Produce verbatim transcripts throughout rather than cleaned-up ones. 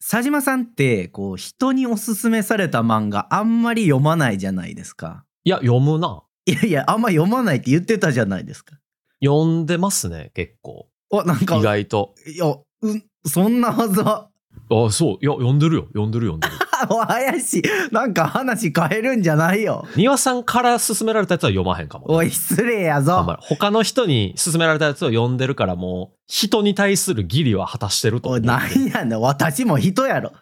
佐島さんってこう人におすすめされた漫画あんまり読まないじゃないですか。 いや読むな。 いやいやあんま読まないって言ってたじゃないですか。 読んでますね結構。 おなんか意外と。 いや、うん、そんなはずは。 あ、そう。いや読んでるよ読んでる読んでる。 お怪しい。なんか話変えるんじゃないよ。 庭さんから勧められたやつは読まへんかも、ね。 おい失礼やぞ。 あんまり他の人に勧められたやつを読んでるからもう人に対する義理は果たしてると思う。 おいなんやねん私も人やろ。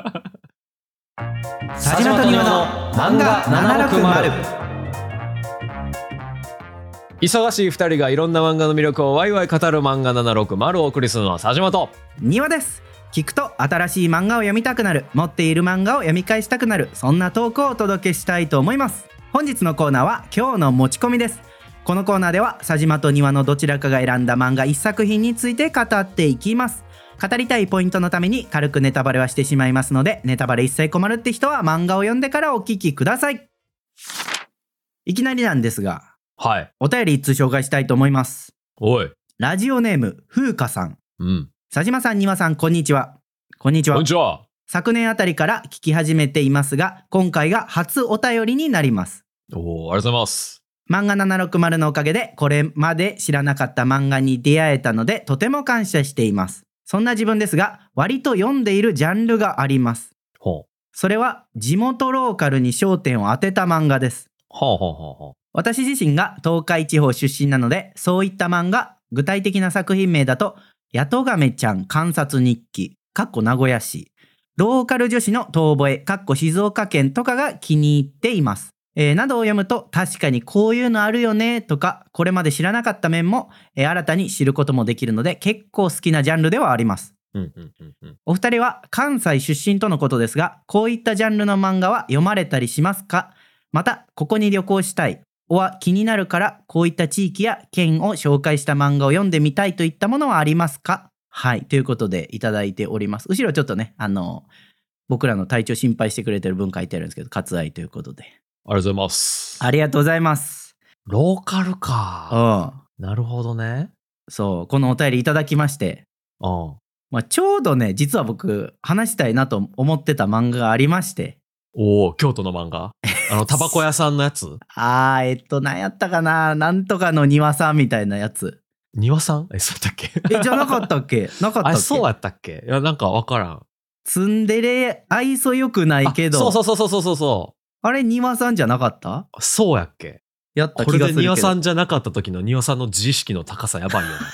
佐島と庭の漫画ななろくまる。忙しいふたりがいろんな漫画の魅力をワイワイ語る漫画ななろくまるをお送りするのは佐島と庭です。聞くと新しい漫画を読みたくなる、持っている漫画を読み返したくなる、そんなトークをお届けしたいと思います。本日のコーナーは今日の持ち込みです。このコーナーでは佐島と庭のどちらかが選んだ漫画一作品について語っていきます。語りたいポイントのために軽くネタバレはしてしまいますので、ネタバレ一切困るって人は漫画を読んでからお聞きください。いきなりなんですが、 はい、 お便り一通紹介したいと思います。 おい。 ラジオネーム風花さん。 うん。 佐島さん、庭さん、こんにちは。こんにちは。 こんにちは。 昨年あたりから聞き始めていますが、今回が初お便りになります。 おー、ありがとうございます。 漫画ななろくまるのおかげでこれまで知らなかった漫画に出会えたのでとても感謝しています。そんな自分ですが、割と読んでいるジャンルがあります。 ほう。 それは地元ローカルに焦点を当てた漫画です。 ほうほうほうほう。 私自身が東海地方出身なので、そういった漫画、具体的な作品名だとヤトガメちゃん観察日記かっこ名古屋市、ローカル女子の遠吠えかっこ静岡県とかが気に入っています、えー、などを読むと確かにこういうのあるよねとか、これまで知らなかった面も、えー、新たに知ることもできるので結構好きなジャンルではあります。 うんうんうんうん、 お二人は関西出身とのことですが、こういったジャンルの漫画は読まれたりしますか？またここに旅行したいは気になるからこういった地域や県を紹介した漫画を読んでみたいといったものはありますか？はい、ということでいただいております。後ろちょっとね、あの僕らの体調心配してくれてる文書いてあるんですけど、割愛ということで。 ありがとうございます。 ありがとうございます。 ローカルか。うん。なるほどね。 そう、このお便りいただきまして、 うん。 まあ、ちょうどね、実は僕話したいなと思ってた漫画がありまして。 おお、京都の漫画？あのタバコ屋さんのやつ？ あー、えっと何やったかな、なんとかの庭さんみたいなやつ。 庭さん？え、そうだっけ？ え、じゃなかったっけ？なかったっけ？ あ、そうやったっけ？いや、なんかわからん。 ツンデレ愛想よくないけど。 そうそうそうそうそうそう。 あれ庭さんじゃなかった？ そうやっけ？ やった気がするけど。 これで庭さんじゃなかった時の庭さんの自意識の高さやばいよね。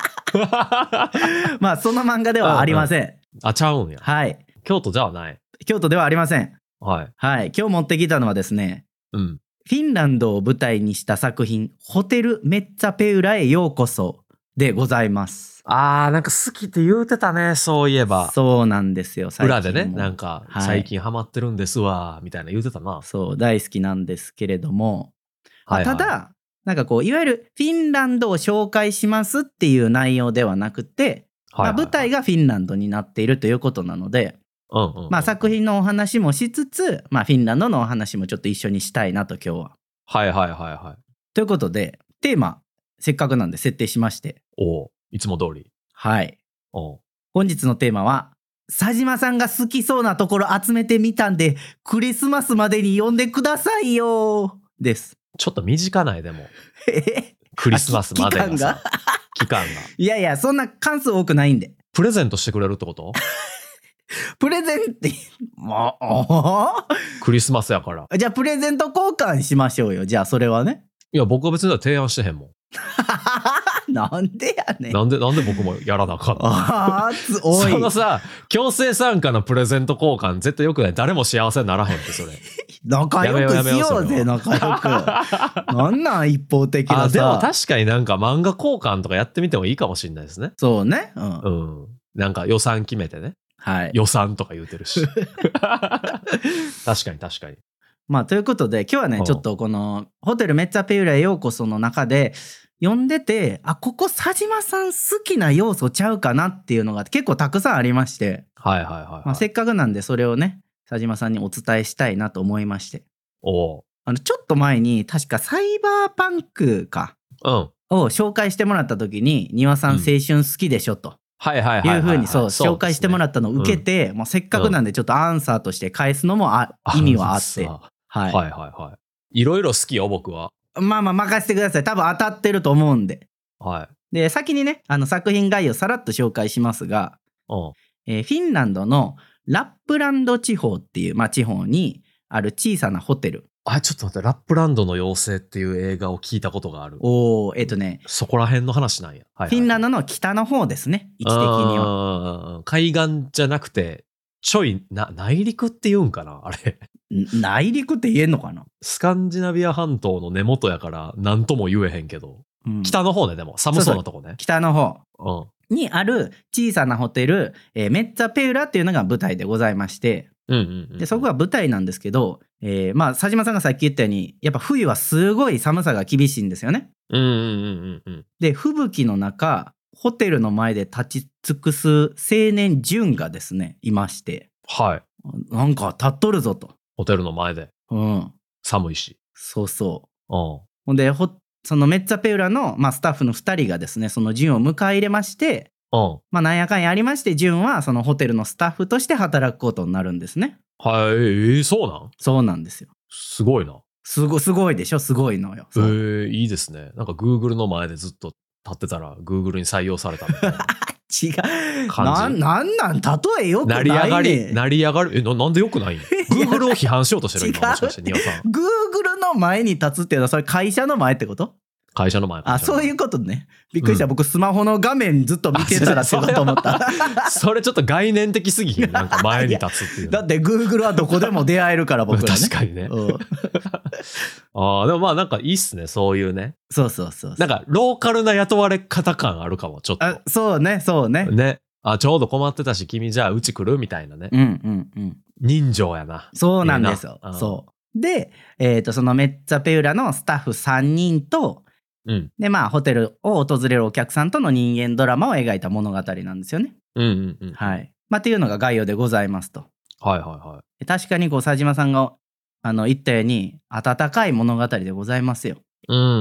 まあその漫画ではありません。うんうん、 あ、ちゃうんや。 はい。 京都じゃない。 京都ではありません。 はい。 はい。今日持ってきたのはですね、 うん。 フィンランドを舞台にした作品、ホテルメッツァペウラへようこそでございます。 あー、なんか好きって言うてたね、そういえば。 そうなんですよ。 裏でね、なんか最近ハマってるんですわ、はい、みたいな言うてたな。 そう、大好きなんですけれども、はいはい、ただなんかこういわゆるフィンランドを紹介しますっていう内容ではなくて、はいはいはい、まあ、舞台がフィンランドになっているということなので、うんうんうんうん、まあ、作品のお話もしつつ、まあ、フィンランドのお話もちょっと一緒にしたいなと今日は。 はいはいはいはい。 ということでテーマせっかくなんで設定しまして。 おいつも通り。 はい。お本日のテーマは佐島さんが好きそうなところ集めてみたんでクリスマスまでに読んでくださいよです。 ちょっと短ないでもクリスマスまでがさ期間がいやいやそんな関数多くないんで。 プレゼントしてくれるってことプレゼンってもうクリスマスやから。 じゃあプレゼント交換しましょうよ。じゃあそれはね。 いや僕は別に提案してへんもん。 なんでやねん。 なんでなんで僕もやらなあかんの。 あーおいそのさ強制参加のプレゼント交換絶対よくない。誰も幸せにならへんってそれ。 仲良くしようぜ仲良く。なんなん一方的なさ。 あでも確かになんか漫画交換とかやってみてもいいかもしれないですね。 そうね。うん。 うん、なんか予算決めてね。 はい。 予算とか言うてるし。確かに確かに。 まあということで今日はね、うん、ちょっとこのホテルメッツァペウラへようこその中で読んでて、あここ佐島さん好きな要素ちゃうかなっていうのが結構たくさんありまして、 はいはいはい、はい、 まあ、せっかくなんでそれをね佐島さんにお伝えしたいなと思いまして。 おあのちょっと前に確かサイバーパンクか、うん、を紹介してもらった時に庭さん青春好きでしょと、 はいはいはいはい、 いうふうにそうそうですね紹介してもらったのを受けて、もうせっかくなんでちょっとアンサーとして返すのもあ意味はあって、 アンサーはい、 はいはいはい。いろいろ好きよ僕は。 まあまあ任せてください。多分当たってると思うんで。 はい。 で先にねあの作品概要さらっと紹介しますが、 うん。 えーフィンランドのラップランド地方っていう、まあ、地方にある小さなホテル。 あ、ちょっと待って、ラップランドの妖精っていう映画を聞いたことがある。 おーえっ、とね、 そこら辺の話なんや。はいはいはい、 フィンランドの北の方ですね、位置的には。 は。海岸じゃなくて、ちょいな内陸って言うんかなあれ。 ん内陸って言えんのかな、 スカンジナビア半島の根元やから何とも言えへんけど、 うん、 北の方ね。でも寒そうなとこね。 北の方うん、 にある小さなホテル、えーメッツァペウラっていうのが舞台でございまして、 うんうんうん、 でそこが舞台なんですけど、えーまあ佐島さんがさっき言ったようにやっぱ冬はすごい寒さが厳しいんですよね。 うんうんうんうんうん。 で吹雪の中ホテルの前で立ち尽くす青年純がですねいまして、 はい。 なんか立っとるぞと。 ホテルの前で。 うん。 寒いし。 そうそう。 うん。 ほんでほそのメッツァペウラの、まあ、スタッフのふたりがですねその純を迎え入れまして、 うん。 まあなんやかんやありまして純はそのホテルのスタッフとして働くことになるんですね。 はい。えー、そうなん？ そうなんですよ。 すごいな。 すごすごいでしょ、すごいのよ。 えー、いいですね。なんか Google の前でずっと立ってたら Google に採用されたみたいな違う。 感じ。 なんなんなん例えよくないね。 成り上がり、成り上がる。え、な、なんでよくないん？ Google を批判しようとしてる今もしかして、ニワさん。 Google の前に立つっていうのはそれ会社の前ってこと？ 会社の前。 あ、そういうことね。びっくりした、うん、僕スマホの画面ずっと見てたらってこと思った。 それちょっと概念的すぎひん。なんか前に立つっていう。 だって Google はどこでも出会えるから僕らね。 確かにね。うん、ああ、でもまあなんかいいっすね、そういうね。 そうそうそうそう。 なんかローカルな雇われ方感あるかも、ちょっと。 あ、そうね、そうね。 ね。あ、ちょうど困ってたし、君じゃあうち来るみたいなね。 うんうんうん。 人情やな。 そうなんですよ。 ええ、 そう。で、えっと、そのメッツァペウラのスタッフさんにんと、 うん、 でまあホテルを訪れるお客さんとの人間ドラマを描いた物語なんですよね。 うんうんうん。 はい。まあっていうのが概要でございますと。 はいはいはい。 確かにこう佐島さんがあの言ったように温かい物語でございますよ。 うんうんうん、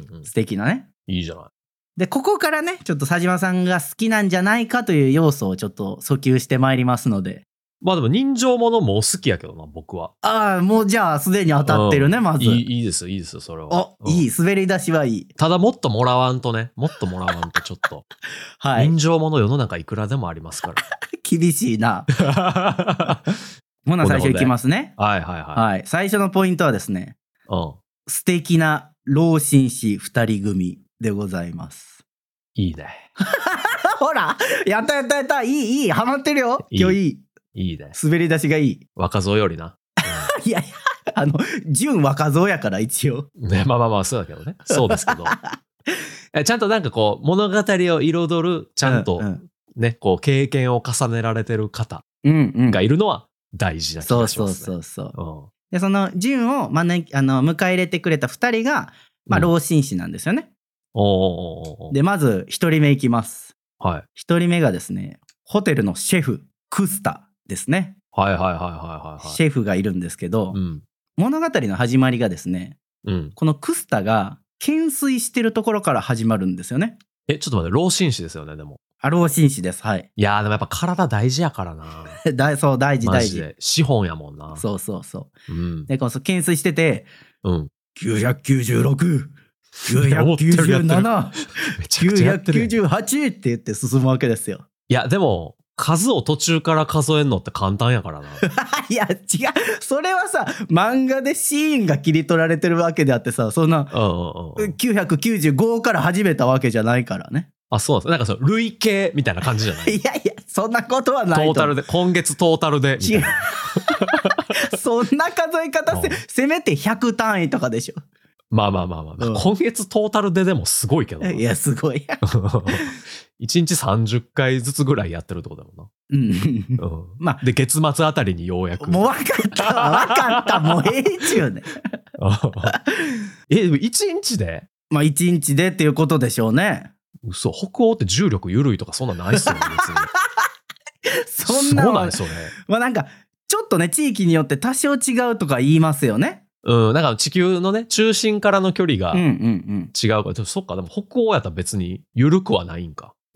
うん、 素敵なね。 いいじゃない。 でここからねちょっと佐島さんが好きなんじゃないかという要素をちょっと訴求してまいりますので。 まあでも人情ものも好きやけどな僕は。 ああもうじゃあすでに当たってるね、うん、まず。 いい、いいですいいですそれは。 お、うん、いい滑り出しはいい。 ただもっともらわんとねもっともらわんとちょっと。はい。人情もの世の中いくらでもありますから。 厳しいな。ほな最初いきますね。 はいはいはい。 はい。最初のポイントはですね。 うん。 素敵な老紳士二人組でございます。 いいね。 ほらやったやったやったいいいいハマってるよ。今日いい。 いいね。 滑り出しがいい。 若造よりな。 うん、いやいやあの純若造やから一応。 ねまあまあまあそうだけどね。そうですけど。えちゃんとなんかこう物語を彩るちゃんと、うんうんね、こう経験を重ねられてる方がいるのは大事な気がしますね。 そうそうそうそう。うん、でその純を、まね、あの迎え入れてくれたふたりが、まあ、老紳士なんですよね。うん、おでまずひとりめいきます。 はい。 ひとりめがですねホテルのシェフクスタですね。 はいはいはいはいはい、はい。 シェフがいるんですけど、 うん、 物語の始まりがですね、うん、このクスタが懸垂してるところから始まるんですよね。 えちょっと待って老紳士ですよねでも。 あ老紳士です。はい。 いやーでもやっぱ体大事やからな。 だそう大事大事。 マジで資本やもんな。 そうそうそう。うん、でこの懸垂してて、 うん、 きゅうひゃくきゅうじゅうろく、きゅうひゃくきゅうじゅうなな、きゅうひゃくきゅうじゅうはちって言って進むわけですよ。 いやでも数を途中から数えんのって簡単やからな。 いや違うそれはさ漫画でシーンが切り取られてるわけであってさそんなきゅうひゃくきゅうじゅうごから始めたわけじゃないからね。 あそうなんです。なんかその累計みたいな感じじゃない。 いやいやそんなことはないと。 トータルで今月トータルでみたいな。 そんな数え方せせめてひゃく単位とかでしょ。 まあまあまあまあ、うん、今月トータルででもすごいけどな。 いやすごいいちにちさんじゅっかいずつぐらいやってるってことだもんな。うん、うん、まあで月末あたりにようやくもう分かった分かったもうええっちゅうねえでもいちにちでまあいちにちでっていうことでしょうね。 嘘北欧って重力緩いとかそんなないっすよね別に。 そんなそうなんそれ。 まあなんかちょっとね地域によって多少違うとか言いますよね。 うん、なんか地球のね中心からの距離が違うから、 うんうんうん、 そっかでも北欧やったら別に緩くはないんか。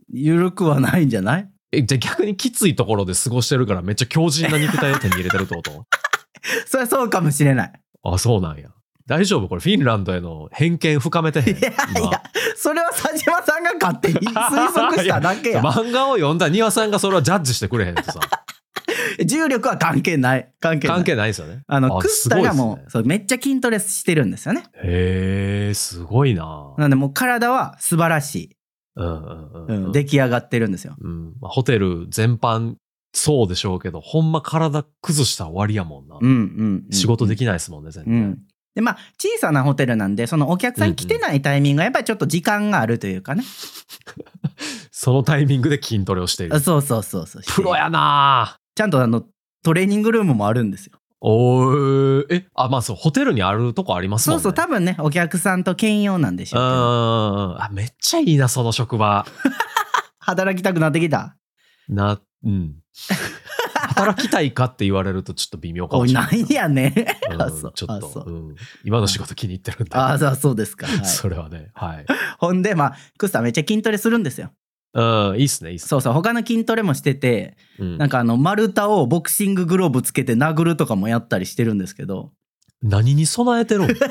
緩くはないんじゃない？ え、じゃあ逆にきついところで過ごしてるからめっちゃ強靭な肉体を手に入れてるってことそれはそうかもしれない。 あ、そうなんや。大丈夫？これフィンランドへの偏見深めてへん？いやいや、それは佐島さんが勝手に推測しただけや。 漫画を読んだ庭さんがそれはジャッジしてくれへんとさ。 重力は関係ない。関係ない。 関係ないですよね。 あの、クスタがもう、ね、そうめっちゃ筋トレしてるんですよね。 へー、すごいな。 なんでもう体は素晴らしい。 うんうんうん、うん、 出来上がってるんですよ。 うんまあ、ホテル全般そうでしょうけど、ほんま体崩したら終わりやもんな。 うんうんうんうん、 仕事できないですもんね、全然。うんでまあ、小さなホテルなんでそのお客さん来てないタイミングがやっぱりちょっと時間があるというかねそのタイミングで筋トレをしている。 そうそうそうそうプロやな。 ちゃんとあのトレーニングルームもあるんですよ。 おーえあまあそうホテルにあるとこありますもんね。 そうそう多分ねお客さんと兼用なんでしょうけど。 あめっちゃいいなその職場働きたくなってきたなうん働きたいかって言われるとちょっと微妙かもしれない。 おいなんやね、 うん、ちょっと、うん、今の仕事気に入ってるんで。 ああそうですか、はい、 それはねはい。 ほんでまあクスタめっちゃ筋トレするんですよ。 うんいいっすねいいっすね。 そうそう他の筋トレもしてて、うん、なんかあの丸太をボクシンググローブつけて殴るとかもやったりしてるんですけど。 何に備えてるんい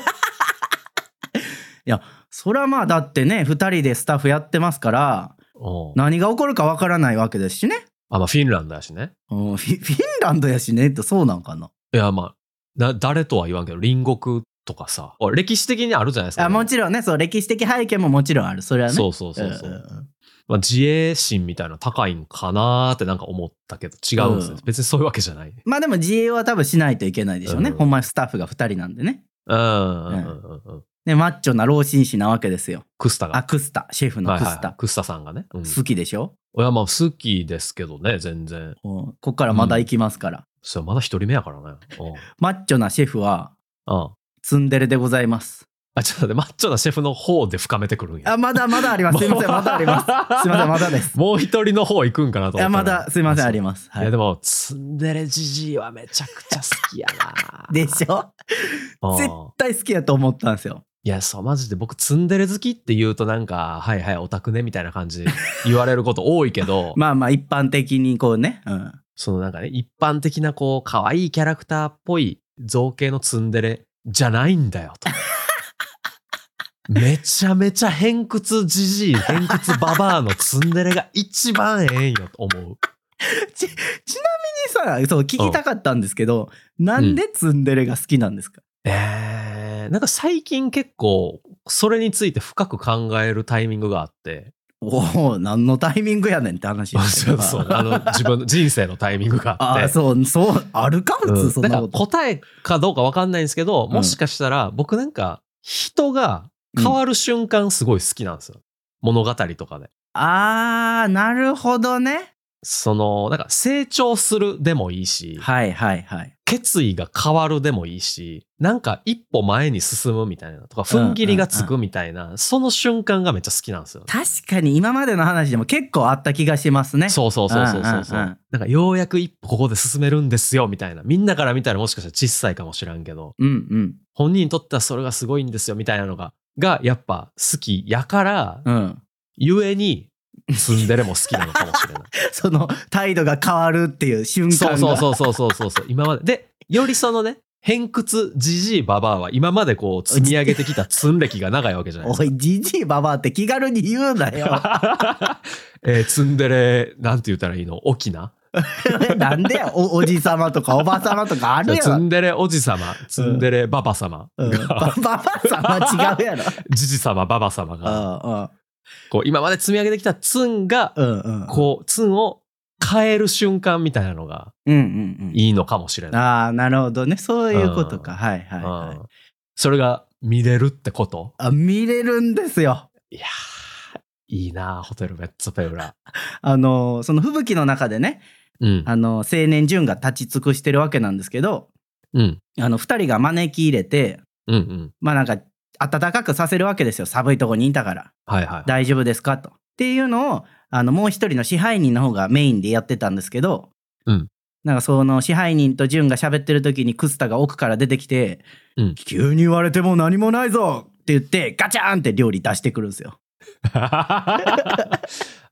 やそれはまあだってねふたりでスタッフやってますから何が起こるかわからないわけですしね。 あまあフィンランドやしね。 フィ、フィンランドやしねってそうなんかな。 いやまあな誰とは言わんけど隣国とかさ歴史的にあるじゃないですか、ね、 あもちろんねそう歴史的背景ももちろんあるそれはね。 そうそうそうそう、うんまあ、自衛心みたいな高いんかなーってなんか思ったけど違うんですよ、うん、別にそういうわけじゃない。 まあでも自衛は多分しないといけないでしょうね、うん、ほんまスタッフがふたりなんでね。うんうんうんうんでマッチョな老紳士なわけですよ。 クスタが。 あクスタシェフのクスタ、はいはい、 クスタさんがね、うん、 好きでしょ。 いやまあ好きですけどね全然。 ここからまだ行きますから、うん、 そうまだ一人目やからね。 マッチョなシェフはツンデレでございます。 あちょっと待ってマッチョなシェフの方で深めてくるんや。 あまだまだあります。すいませんまだあります。すいませんまだです。 もう一人の方行くんかなと思ったら。いやまだすいませんあります。 はい、いやでもツンデレジジイはめちゃくちゃ好きやな。 でしょ絶対好きやと思ったんですよ。 いやそうマジで僕ツンデレ好きって言うとなんかはいはいオタクねみたいな感じで言われること多いけどまあまあ一般的にこうね、うん、 そのなんかね一般的なこう可愛いキャラクターっぽい造形のツンデレじゃないんだよとめちゃめちゃ偏屈じじい偏屈ババアのツンデレが一番ええんよと思う。 ち, ちなみにさそう聞きたかったんですけど、うん、なんでツンデレが好きなんですか？ うん、えー、なんか最近結構それについて深く考えるタイミングがあって。 おお何のタイミングやねんって話ですそうそうあの自分の人生のタイミングがあってあそうそうあるか普通、うん、そんなことなんか答えかどうか分かんないんですけど、うん、もしかしたら僕なんか人が変わる瞬間すごい好きなんですよ、うん、物語とかで。 あーなるほどね。 そのなんか成長するでもいいし、 はいはいはい、 決意が変わるでもいいし、なんか一歩前に進むみたいなとか踏ん切りがつくみたいな、うんうんうん、その瞬間がめっちゃ好きなんですよ、ね、 確かに今までの話でも結構あった気がしますね。 そうそうそうそうそうそう、うんうんうん、なんかようやく一歩ここで進めるんですよみたいな、みんなから見たらもしかしたら小さいかもしらんけど、 うんうん、 本人にとってはそれがすごいんですよみたいなのががやっぱ好きやから、うん、ゆえにツンデレも好きなのかもしれないその態度が変わるっていう瞬間がそうそうそうそうそうそう今まででよりそのね偏屈ジジイババアは今までこう積み上げてきたツン歴が長いわけじゃないですか。 おいジジイババアって気軽に言うなよ、 えー、ツンデレなんて言ったらいいの沖縄なんでや お, おじさまとかおばさまとかあるやろ。 ツンデレおじさまツンデレババ様が、うんうん、 ババ様違うやろジジ様ババ様が、うんうんこう今まで積み上げてきたツンが、うんうん、こうツンを変える瞬間みたいなのがいいのかもしれない、 うんうんうん、ああなるほどねそういうことか、うん、はいはいはい、うん、 それが見れるってこと。 あ見れるんですよ。 いやいいなホテルメッツォペウラあのその吹雪の中でね、うん、あの青年純が立ち尽くしてるわけなんですけど、うん、あのふたりが招き入れて、うんうん、まあなんか暖かくさせるわけですよ。寒いとこにいたから、はいはい、大丈夫ですかとっていうのをあのもう一人の支配人の方がメインでやってたんですけど、うん、なんかその支配人と純が喋ってる時にクスタが奥から出てきて、うん、急に言われても何もないぞって言ってガチャーンって料理出してくるんですよ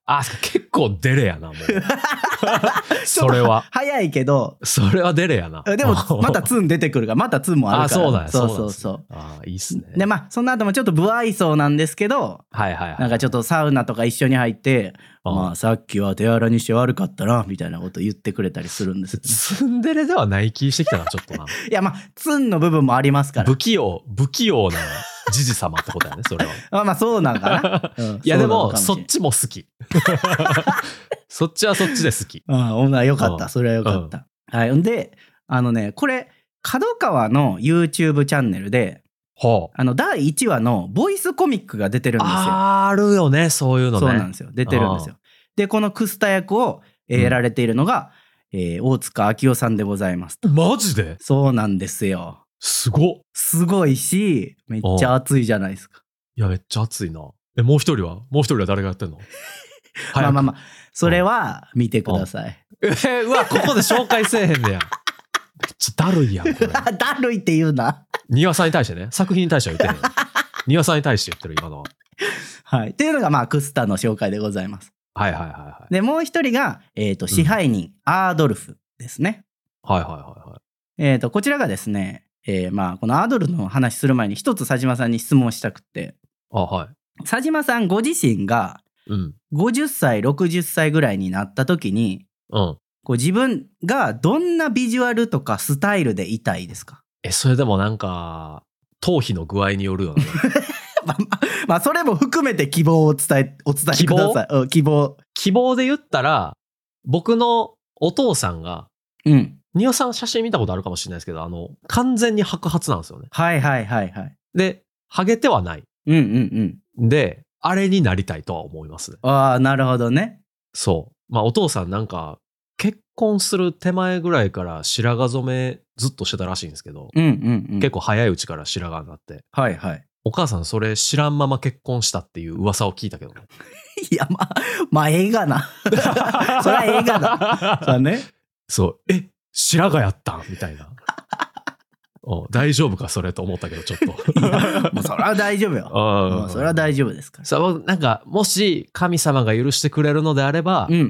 あ、結構デレやな、もう。それは。 早いけど。 それはデレやな。 でも、またツン出てくるから、またツンもあるから。 あ、そうだね。 そうそうそう。 あ、いいっすね。 で、まあ、その後もちょっと不愛想なんですけど、 はいはいはい。 なんかちょっとサウナとか一緒に入って、まあ、さっきは手荒にして悪かったな、みたいなこと言ってくれたりするんですよね。 ツンデレではない気してきたな、ちょっとな。 いや、まあ、ツンの部分もありますから。 不器用、不器用なジジ様ってことやね、それは。 あ、まあ、そうなんかな。うん、 いや、でも、そっちも好き。そっちはそっちで好き。 ああ、ほんならよかった。それはよかった。はい。んで、あのね、これ、角川の YouTube チャンネルで、 はあ、 あのだいいちわのボイスコミックが出てるんですよ。 あるよね、そういうのね。 そうなんですよ。出てるんですよ。で、このクスタ役を、えー、やられているのが、うん、えー、大塚明夫さんでございます。 マジで？そうなんですよ。すごっ。 すごいし、めっちゃ熱いじゃないですか。 いや、めっちゃ熱いな。え、もう一人はもう一人は誰がやってんの？ まあまあまあ、それは見てください。 えー、うわ、ここで紹介せえへんねや。めっちゃだるいやん、これ。 だるいって言うな。 庭さんに対してね、作品に対しては言ってへん。庭さんに対して言ってる、今のは。 はい。っていうのが、まあ、クスタの紹介でございます。 はいはいはいはい。 で、もう一人が、えっと、支配人、うん、アードルフですね。 はいはいはいはい。 えっと、こちらがですね、えー、まあ、このアードルフの話する前に一つ佐島さんに質問したくて。 あ、はい。 佐島さんご自身が、 うん、 ごじゅっさい、ろくじゅっさいぐらいになった時に、 うん、 こう自分がどんなビジュアルとかスタイルでいたいですか？ え、それでもなんか、頭皮の具合によるよね。 まあ、まあ、まあ、それも含めて希望を伝え、お伝えください。希望？希望。 希望で言ったら、僕のお父さんが、 うん。 ニオさん写真見たことあるかもしれないですけど、あの、完全に白髪なんですよね。 はいはいはいはい。 で、ハゲてはない。 うんうんうん。 で、あれになりたいとは思いますね。 ああ、なるほどね。 そう。まあお父さんなんか、結婚する手前ぐらいから白髪染めずっとしてたらしいんですけど、 うんうんうん、 結構早いうちから白髪になって。 はいはい。 お母さんそれ知らんまま結婚したっていう噂を聞いたけどね。 いや、まあ、まあ、映画な。それは映画だ。そうね。 そう、え、白髪やったんみたいな。大丈夫かそれと思ったけどちょっともうそれは大丈夫よ。もうそれは大丈夫ですから。 そうなんかもし神様が許してくれるのであれば、 うんうんうん、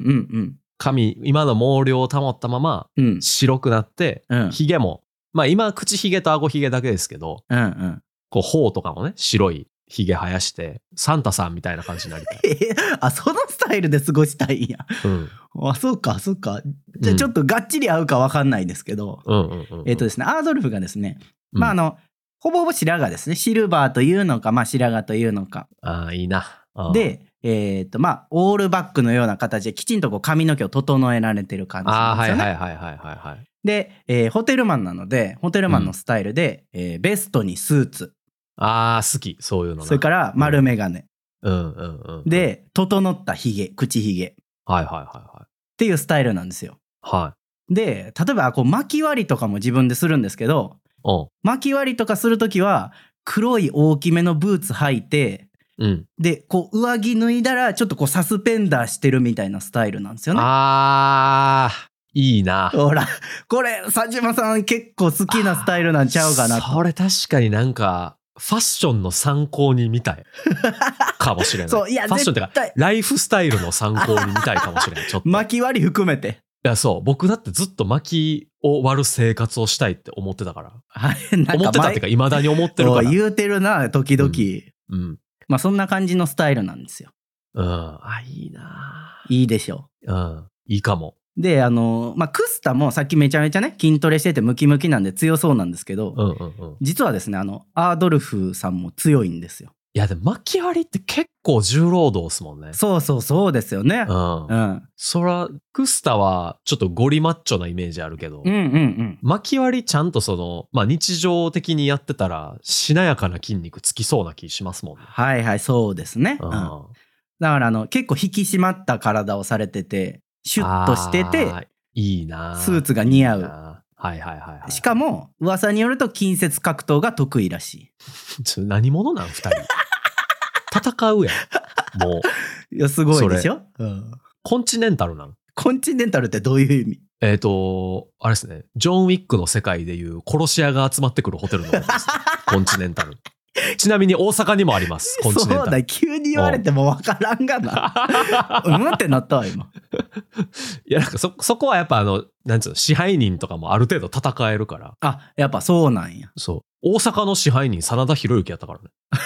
髪今の毛量を保ったまま白くなって、うん、ひげもまあ今口ひげと顎ひげだけですけど、 うんうん、 こう頬とかもね白いひげ生やしてサンタさんみたいな感じになりたい。 えあそのスタイルで過ごしたいんや。うん、あそうかそうか。じゃあちょっとがっちり合うか分かんないですけど、 うんうんうんうん、 えっとですねアードルフがですね、うん、まああのほぼほぼ白髪ですね。シルバーというのかまあ白髪というのか。 ああいいな。あでえっとまあオールバックのような形できちんとこう髪の毛を整えられてる感じなんですよね。 あはいはいはいはいはいはい。 で、えー、ホテルマンなのでホテルマンのスタイルで、うんえー、ベストにスーツ。 あー好きそういうのな。 それから丸眼鏡、 うん、うんうんうん。 で整ったひげ口ひげ。 はいはいはいはい。 っていうスタイルなんですよ。 はい。 で例えばこう巻き割りとかも自分でするんですけど、巻き割りとかするときは黒い大きめのブーツ履いて、 うん、 でこう上着脱いだらちょっとこうサスペンダーしてるみたいなスタイルなんですよね。 あーいいな。 ほらこれ佐島さん結構好きなスタイルなんちゃうかなと。 それ確かになんかファッションの参考に見たいかもしれない。 そういやファッションってかライフスタイルの参考に見たいかもしれない。ちょっと巻き割り含めて。 いやそう僕だってずっと巻きを割る生活をしたいって思ってたから。 はいなんか思ってたっていうか未だに思ってるから。 言うてるな時々。 うん、うん、 まあそんな感じのスタイルなんですよ。 うんあいいな。 いいでしょう。うんいいかも。 であのまあクスタもさっきめちゃめちゃね筋トレしててムキムキなんで強そうなんですけど、 うんうんうん、 実はですねあのアードルフさんも強いんですよ。 いやでも巻き割りって結構重労働っすもんね。 そうそうそうですよね。 うんうん、そらクスタはちょっとゴリマッチョなイメージあるけど、 うんうんうん、 巻き割りちゃんとそのまあ日常的にやってたらしなやかな筋肉つきそうな気しますもんね。 はいはいそうですね、うん、だからあの結構引き締まった体をされててシュッとしてていいなスーツが似合う。 はいはいはい、はい、 しかも噂によると近接格闘が得意らしい。 ちょ何者なんふたり戦うやんもう。 いやすごいでしょ、うん、 コンチネンタルなん。 コンチネンタルってどういう意味？ えっとあれですねジョン・ウィックの世界でいう殺し屋が集まってくるホテルのことです、ね、コンチネンタル。 ちなみに大阪にもあります。コンチネンタル。 そうだ、急に言われてもわからんがな。うんってなったわ、今。 いや、なんかそ、そこはやっぱあの、なんつうの、支配人とかもある程度戦えるから。 あ、やっぱそうなんや。 そう。大阪の支配人、真田広之やったからね。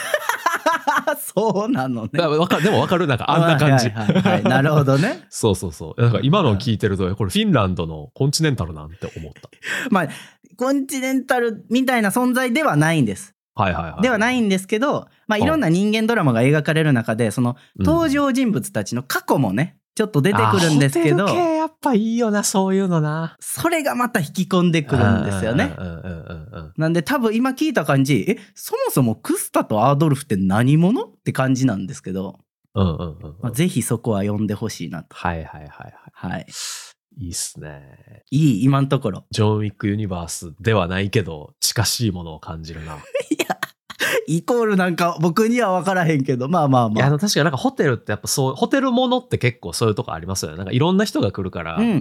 そうなのね。 だわかでもわかるなんかあんな感じ。 はいはいはいはい、なるほどね。 そうそうそう。だから今のを聞いてると、これフィンランドのコンチネンタルなんて思った。 まあ、コンチネンタルみたいな存在ではないんです。 はいはいはい。 ではないんですけど、まあ、いろんな人間ドラマが描かれる中で、その登場人物たちの過去もね、ちょっと出てくるんですけど、 ホテル系やっぱいいよな、そういうのな。 それがまた引き込んでくるんですよね。なんで多分今聞いた感じ、え、そもそもクスタとアードルフって何者って感じなんですけど、 うんうんうん、うんまあ、 ぜひそこは読んでほしいなと。 はいはいはいはい。 はい。 いいっすね。 いい、今のところ。 ジョン・ウィック・ユニバースではないけど、近しいものを感じるな。いや、イコールなんか僕には分からへんけど、まあまあまあ。 いや、確かになんかホテルってやっぱそう、ホテルものって結構そういうとこありますよね。なんかいろんな人が来るから、 うんうんうん、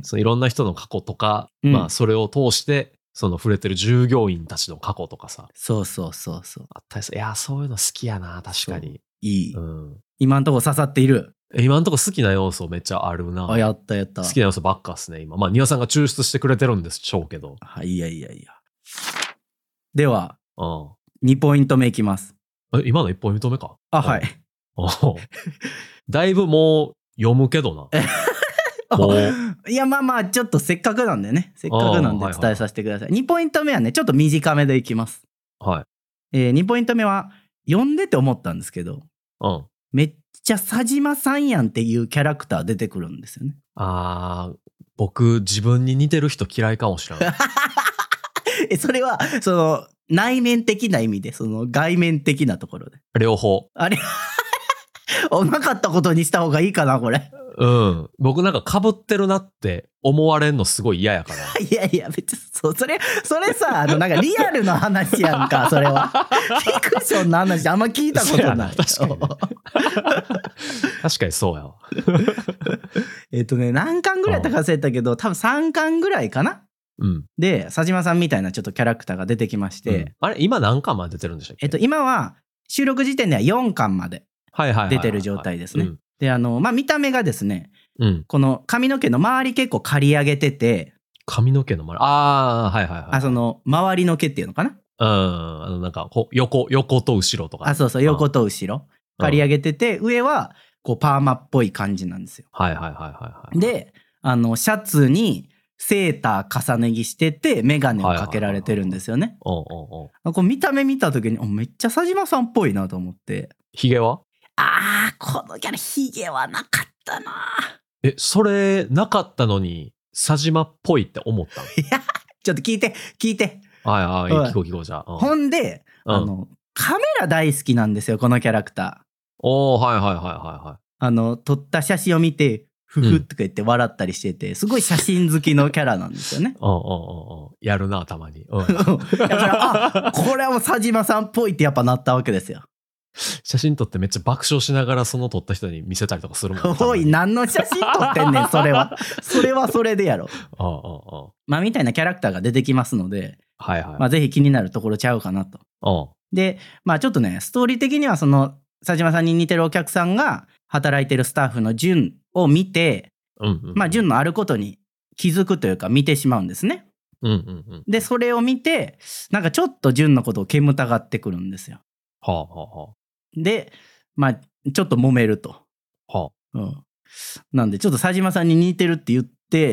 そのいろんな人の過去とか、うん、まあそれを通して、その触れてる従業員たちの過去とかさ。 そうそうそうそう。 あったりする。いや、そういうの好きやな、確かに。 いい。 うん、 今んとこ刺さっている。 今んとこ好きな要素めっちゃあるな。 あ、やったやった。 好きな要素ばっかっすね、今。まあ、庭さんが抽出してくれてるんでしょうけど。 はい、いやいやいや。では、 うん、 にポイント目いきます。 え、今のいちポイント目か。 あ、はい。 だいぶもう読むけどな。もういや、まあまあ、ちょっとせっかくなんでね。せっかくなんで伝えさせてください。はいはい、にポイント目はね、ちょっと短めでいきます。 はい。 えー、にポイント目は、読んでて思ったんですけど、 うん。 めっちゃ佐島さんやんっていうキャラクター出てくるんですよね。 あー、僕、自分に似てる人嫌いかもしれない。 え、それは、その、内面的な意味で、その外面的なところで。 両方。 あれおなかったことにした方がいいかな、これ。 うん。僕なんか被ってるなって思われんのすごい嫌やから。 いやいや、別に、そう、それ、それさ、あの、なんかリアルな話やんか、それは。フィクションの話あんま聞いたことない。 確かに、ね。確かにそうやわ。 えっとね、何巻ぐらい高せたけど、多分さんかんぐらいかな。うん、で、佐島さんみたいなちょっとキャラクターが出てきまして。うん、 あれ今何巻まで出てるんでしたっけ？ えっと、今は、収録時点ではよんかんまで出てる状態ですね。で、あの、まあ、見た目がですね、うん、この髪の毛の周り結構刈り上げてて。 髪の毛の周り、ああ、はいはいはい。 あ、その、周りの毛っていうのかな？ うん、あの、なんか、横、横と後ろとか、ね。 あ、そうそう、横と後ろ。刈り上げてて、うん、上は、こう、パーマっぽい感じなんですよ。 はいはいはいはい、はい。 で、あの、シャツに、セーター重ね着してて、メガネをかけられてるんですよね。こう見た目見た時に、めっちゃ佐島さんっぽいなと思って。 ヒゲは？ あー、このキャラヒゲはなかったな。 え、それなかったのに佐島っぽいって思ったの？いや、ちょっと聞いて聞いて。 はいはい、聞こう聞こうじゃあ。 うん、ほんで、うん、あのカメラ大好きなんですよ、このキャラクター。 おー、はいはいはいはいはい。あの撮った写真を見てふふとか言って笑ったりしてて、うん、すごい写真好きのキャラなんですよね。 うんうんうんうん。やるなたまに。うん、 だからあ、これはもう佐島さんっぽいってやっぱなったわけですよ。 写真撮ってめっちゃ爆笑しながらその撮った人に見せたりとかするもん。 おい、何の写真撮ってんねん、それは。それはそれでやろ。 ああああ。 まあ、みたいなキャラクターが出てきますので、 はいはい。 まあ、ぜひ気になるところちゃうかなと。 あで、まあ、ちょっとね、ストーリー的にはその、佐島さんに似てるお客さんが働いてるスタッフの純を見て、うんうんうん、まあ、純のあることに気づくというか見てしまうんですね。 うんうんうん、 で、それを見て、なんかちょっと純のことを煙たがってくるんですよ。 はあはあはあ。 で、まあ、ちょっと揉めると。 はあ。 うん。なんで、ちょっと佐島さんに似てるって言って、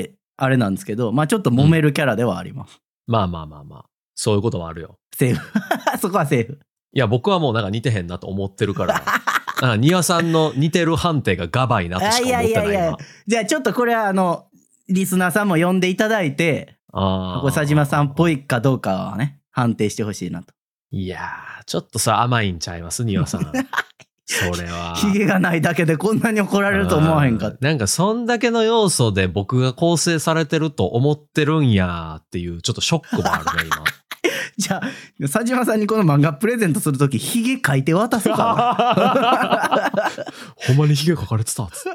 あれなんですけど、まあちょっと揉めるキャラではあります。 うん、まあまあまあまあ。そういうことはあるよ。 セーフ。そこはセーフ。 いや、僕はもうなんか似てへんなと思ってるから。なんか庭さんの似てる判定がガバいなとしか思ってない。いやいやいやいや。 じゃあちょっとこれはあの、リスナーさんも呼んでいただいて、あこれ佐島さんっぽいかどうかはね、判定してほしいなと。 いやー、ちょっとさ、甘いんちゃいます庭さん。それは。 ヒゲがないだけでこんなに怒られると思わへんかった。 なんかそんだけの要素で僕が構成されてると思ってるんやっていうちょっとショックもあるね、今。 じゃあ、佐島さんにこの漫画プレゼントするとき、ヒゲ描いて渡すかな。ほんまにヒゲ描かれてたっつって。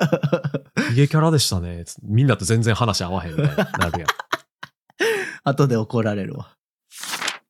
ヒゲキャラでしたね。みんなと全然話合わへんみたいになるやん。 後で怒られるわ。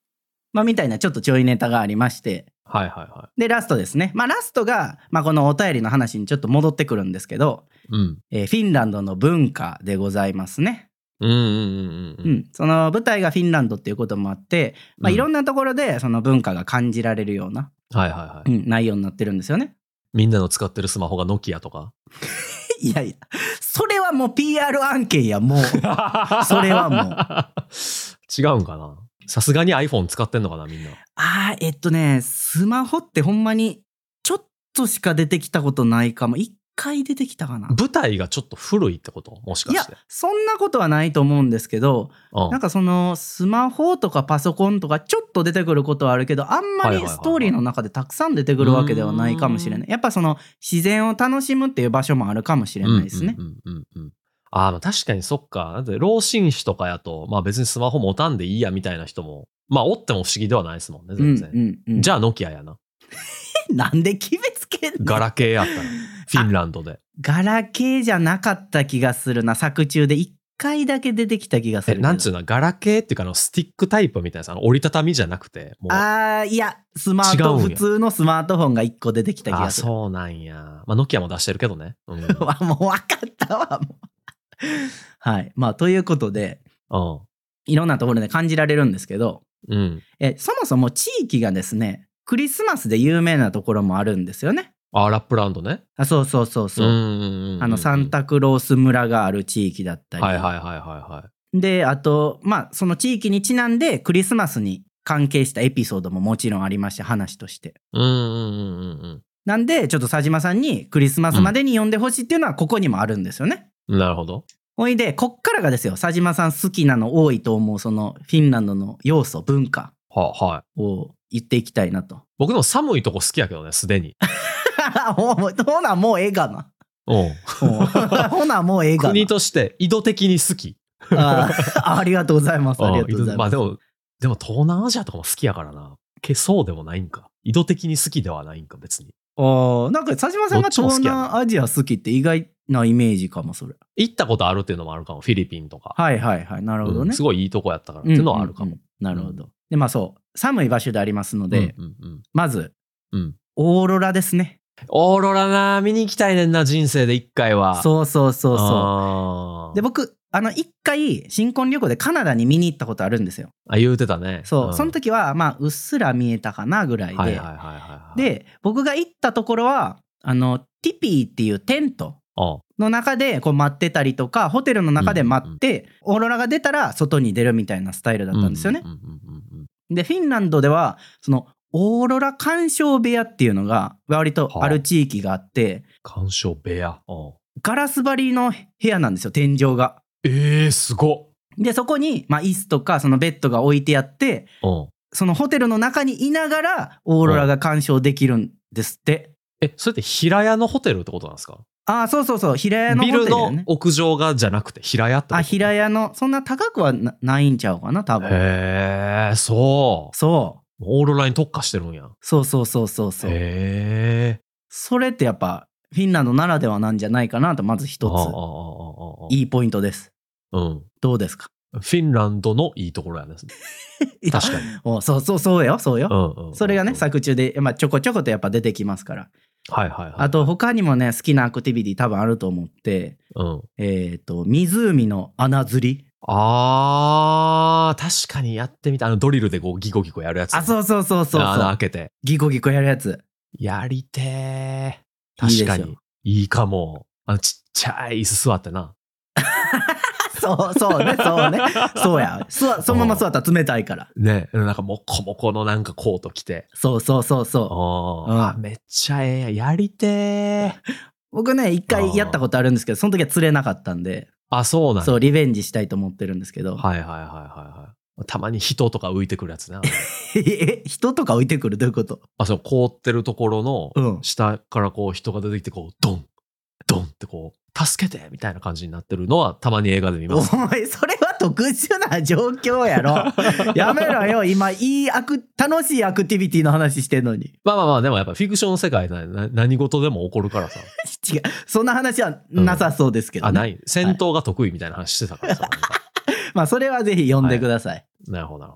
まあみたいなちょっとちょいネタがありまして、 はいはいはい。 でラストですね。まあラストが、まあ、このお便りの話にちょっと戻ってくるんですけど、 うんえーフィンランドの文化でございますね。 うんうんうんううんん、その舞台がフィンランドっていうこともあって、まあ、 うんいろんなところでその文化が感じられるような、 はいはいはい。 うん、内容になってるんですよね。 みんなの使ってるスマホがノキアとか。 いやいや、それはもう ピーアール 案件や、もう。それはもう。 違うんかな。さすがに iPhone 使ってんのかな、みんな。 あー、えっとね、スマホってほんまにちょっとしか出てきたことないかも。一回出てきたかな。 舞台がちょっと古いってこともしかいやして。、 そんなことはないと思うんですけど、 うんなんかそのスマホとかパソコンとかちょっと出てくることはあるけど、あんまりストーリーの中でたくさん出てくるわけではないかもしれない。やっぱその自然を楽しむっていう場所もあるかもしれないですね。 うんうんうんうんうんああ、まあ確かにそっか。だって老人種とかやと、まあ別にスマホ持たんでいいやみたいな人も、まあおっても不思議ではないですもんね、全然。 うんうんうん、 じゃあノキアやな。 なんで決めつけんの？ ガラケーやったら。フィンランドで。 ガラケーじゃなかった気がするな。作中で一回だけ出てきた気がすえ、 るけど。 なんつうの、ガラケーっていうかあのスティックタイプみたいなさ、あの折りたたみじゃなくて、もう。 あー、いや、スマート、 違うんや普通のスマートフォンが一個出てきた気あがする。 そうなんや。まあノキアも出してるけどね。うん。うん。 わもう分かったわ、もう。はい。まあ、ということで、いろんなところで感じられるんですけど、 うん。 えそもそも地域がですね、クリスマスで有名なところもあるんですよね。 あ、ラップランドね。 あ、そうそうそうそう。 うんうんうんうん。 あの、サンタクロース村がある地域だったり。 はいはいはいはいはい。 で、あと、まあ、その地域にちなんでクリスマスに関係したエピソードももちろんありまして、話として。 うんうんうんうんうん。 なんで、ちょっと佐島さんにクリスマスまでに読んでほしいっていうのはここにもあるんですよね。 うん、なるほど。 ほいで、こっからがですよ、佐島さん好きなの多いと思う、そのフィンランドの要素、文化ははい。 を言っていきたいなと。 僕でも寒いとこ好きやけどね、すでに。 ほほな、もうええがな。 うん。 ほな、もうええがな。 国として意図的に好き。 ああ、ありがとうございます。ありがとうございます。 まあでも、でも東南アジアとかも好きやからな。けそうでもないんか。意図的に好きではないんか、別に。 ああ、なんか佐島さんが東南アジア好きって意外なイメージかも、それ。 行ったことあるっていうのもあるかも、フィリピンとか。 はいはいはい、なるほどね。 うん、すごいいいとこやったからっていうのはあるかも。 うんうんうん、なるほど。で、まあそう、寒い場所でありますので、 うんうんうん、 まず、 うん、 オーロラですね。 オーロラな、見に行きたいねんな、人生で一回は。 そうそうそうそう。で、僕、あの、一回、新婚旅行でカナダに見に行ったことあるんですよ。 あ、言うてたね。 そう。 うん、 その時は、まあ、うっすら見えたかなぐらいで。 はいはいはいはい、はい。 で、僕が行ったところは、あの、ティピーっていうテントの中でこう待ってたりとか、ホテルの中で待って、オーロラが出たら外に出るみたいなスタイルだったんですよね。で、フィンランドでは、その、オーロラ鑑賞部屋っていうのが割とある地域があって、 鑑賞部屋。 ガラス張りの部屋なんですよ、天井が。 えー、すごっ。 で、そこに、まあ、椅子とか、そのベッドが置いてあって、そのホテルの中にいながら、オーロラが鑑賞できるんですって。 え、それって平屋のホテルってことなんですか？ ああ、そうそうそう、平屋のホテル、ね。 ビルの屋上がじゃなくて、平屋ってこと？ あ、平屋の、そんな高くは な, ないんちゃうかな、多分。 へえ、そう。 そう。 オーロラに特化してるんや。 そうそうそうそうそう。 へえ。 それってやっぱ、フィンランドならではなんじゃないかなと、まず一つ、いいポイントです。 うん。 どうですか？ フィンランドのいいところやね。確かに。 おそうそうそうよ、そうよ。 うんうんうんうん、 それがね、作中で、まあ、ちょこちょことやっぱ出てきますから。 はいはいはい。 あと他にもね、好きなアクティビティ多分あると思って、 うん、 えっと、湖の穴釣り。 あー、確かにやってみた。あのドリルでこうギコギコやるやつ、ね。 あ、そうそうそうそうそう。 穴開けて。 ギコギコやるやつ。 やりてー。確かに。いい, いいかも。あのちっちゃい椅子座ってな。 そうそうね、そうね。そうや。そ, そのまま座ったら冷たいから。 ね、なんかもこもこのなんかコート着て。 そうそうそうそう。 あ、うん、めっちゃええや。やりてー。 僕ね、一回やったことあるんですけど、その時は釣れなかったんで。 あ、そうなんだ。 そう、リベンジしたいと思ってるんですけど。 はいはいはいはいはい。たまに人とか浮いてくるやつね。 え、人とか浮いてくる？どういうこと？ あ、そう、凍ってるところの下からこう人が出てきてこうドンドンってこう助けてみたいな感じになってるのはたまに映画で見ます。 お前それは特殊な状況やろ。やめろよ、今いいアク楽しいアクティビティの話してんのに。 まあまあまあ、でもやっぱフィクションの世界な何事でも起こるからさ。 違う、そんな話はなさそうですけど、ね、 うん、あ、ない。戦闘が得意みたいな話してたからさ。はい、 まあそれはぜひ読んでください。 はい、なるほどなるほど。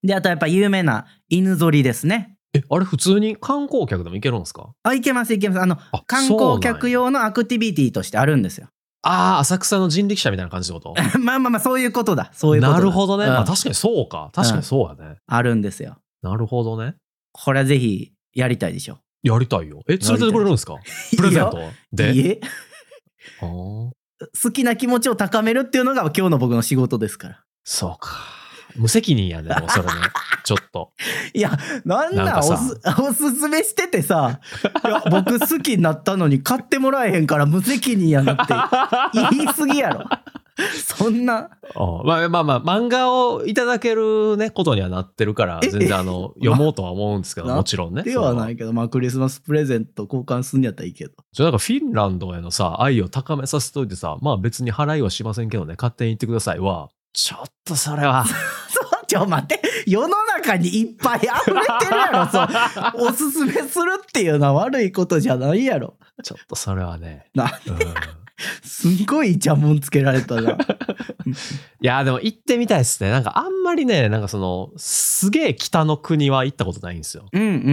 で、あとやっぱ有名な犬ぞりですね。 え、あれ普通に観光客でも行けるんですか？ あ、行けます行けます。あの、 あ観光客用のアクティビティとしてあるんですよ。 ああ、浅草の人力車みたいな感じってことまあまあまあ、そういうことだ。そういうことだ。 なるほどね。 うん、 まあ確かにそうか。確かにそうやね。うん、 あるんですよ。 なるほどね。 これはぜひやりたいでしょ。 やりたいよ。え、連れてってくれるんですか？プレゼントで。 いいえ。好きな気持ちを高めるっていうのが今日の僕の仕事ですから。 そうか。無責任やね、でもそれね。ちょっと。 いや、なんだ、おす、おすすめしててさ、いや僕好きになったのに買ってもらえへんから無責任やなって言い過ぎやろ。そんな。 あまあまあまあ、漫画をいただけるね、ことにはなってるから、全然あの、読もうとは思うんですけど、もちろんね。 ではないけど、まあクリスマスプレゼント交換すんやったらいいけど。 じゃあなんかフィンランドへのさ、愛を高めさせといてさ、まあ別に払いはしませんけどね、勝手に言ってくださいは、ちょっとそれは。 ちょ、待って、世の中にいっぱい溢れてるやろ、そう。おすすめするっていうのは悪いことじゃないやろ。 ちょっとそれはね。 なんで、うん、すんごいイチャモンつけられたな。いや、でも行ってみたいですね。なんかあんまりね、なんかその、すげえ北の国は行ったことないんですよ。 うんうんうんうん。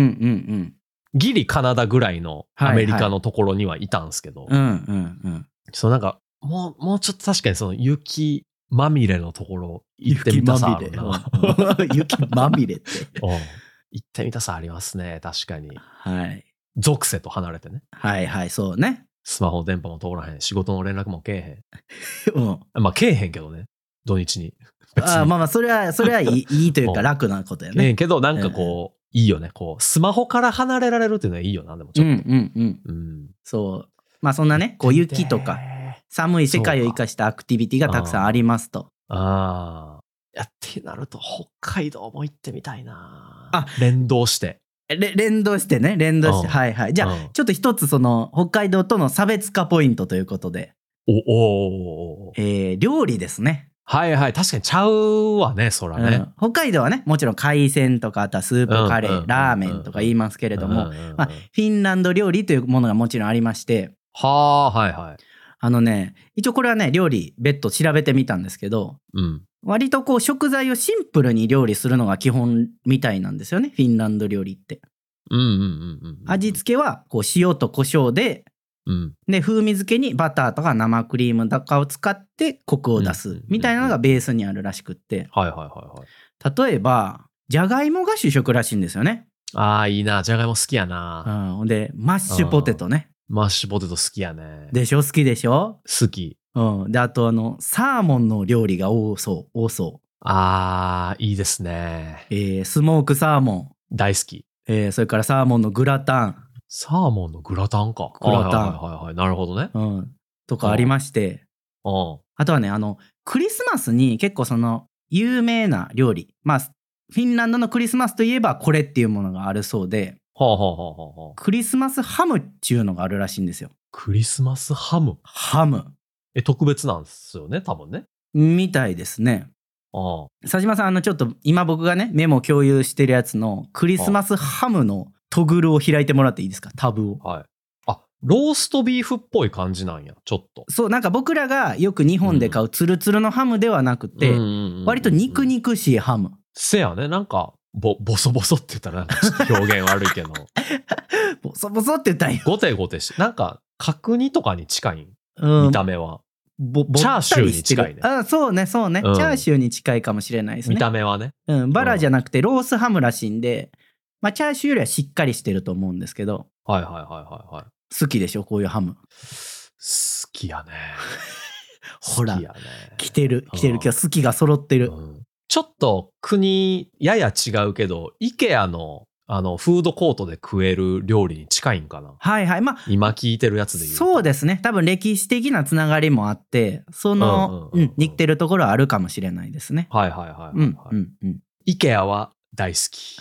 ギリカナダぐらいのアメリカのところにはいたんですけど。 はいはい、うんうんうん。 そうなんか、もう、もうちょっと確かにその雪、まみれのところ行ってみたさあるな。 雪まみれって行ってみたさありますね、確かに。 はい。 属性と離れてね。 はいはい、そうね。 スマホ電波も通らへん、仕事の連絡もけえへん。 うん、 まあけえへんけどね、土日に。 ああまあまあ、それは、それはいい、いいというか楽なことやね。 ええけど、なんかこう、えー、いいよね。こう、スマホから離れられるっていうのはいいよな、でもちょっと。 うんうんうん。うん、そう。まあそんなね、こう雪とか。寒い世界を生かしたアクティビティがたくさんありますと。 ああ。やってなると北海道も行ってみたいな。あ、連動して。 れ連動してね、連動して。はいはい。じゃあ、ちょっと一つその北海道との差別化ポイントということで。 おおお。 えー、料理ですね。 はいはい。確かにちゃうわね、そらね、うん。 北海道はね、もちろん海鮮とか、あとはスープカレー、ラーメンとか言いますけれども、まあ、フィンランド料理というものがもちろんありまして。 はあ、はいはい。 あのね、一応これはね、料理別途調べてみたんですけど、うん、割とこう食材をシンプルに料理するのが基本みたいなんですよね、フィンランド料理って。味付けはこう塩と胡椒で、うん、で風味付けにバターとか生クリームとかを使ってコクを出すみたいなのがベースにあるらしくって、例えばじゃがいもが主食らしいんですよね。 ああいいな、じゃがいも好きやな。 うん、でマッシュポテトね。 マッシュポテト好きやね。 でしょ、好きでしょ。 好き。 うん。で、あとあの、サーモンの料理が多そう、多そう。 あー、いいですね。 えー、スモークサーモン。 大好き。 えー、それからサーモンのグラタン。 サーモンのグラタンか。 グラタン。 はいはいはいはい。なるほどね。 うん。とかありまして。うん。あとはね、あの、クリスマスに結構その、有名な料理。まあ、フィンランドのクリスマスといえばこれっていうものがあるそうで。はあはあはあはあ、クリスマスハムっていうのがあるらしいんですよ。 クリスマスハムハム。 え、特別なんですよね、多分ね。 みたいですね。ああ。佐島さん、あの、ちょっと今僕がね、メモ共有してるやつのクリスマスハムのトグルを開いてもらっていいですか、タブを。 はい。あ、ローストビーフっぽい感じなんや、ちょっと。 そう、なんか僕らがよく日本で買うツルツルのハムではなくて、割と肉肉しいハム。 せやね、なんか、ぼ、ボソボソって言ったらなんか表現悪いけど。 ボソボソって言ったんよ。 ゴテゴテして、なんか角煮とかに近い、うん、見た目は。ぼぼチャーシューに近いね。 あ、そうね、そうね、うん。チャーシューに近いかもしれないですね。 見た目はね。 うん、バラじゃなくてロースハムらしいんで、まあチャーシューよりはしっかりしてると思うんですけど。 はいはいはいはいはい。 好きでしょ、こういうハム。 好きやね。 ほら、好きやね、来てる、来てる。今日好きが揃ってる。うんちょっと国やや違うけど、イケアのあのフードコートで食える料理に近いんかな。 はいはい。まあ今聞いてるやつで言うと。 そうですね。多分歴史的なつながりもあって、その、うん、似てるところはあるかもしれないですね。 はいはいはいはい、はい。 うんうんうん。 イケアは大好き。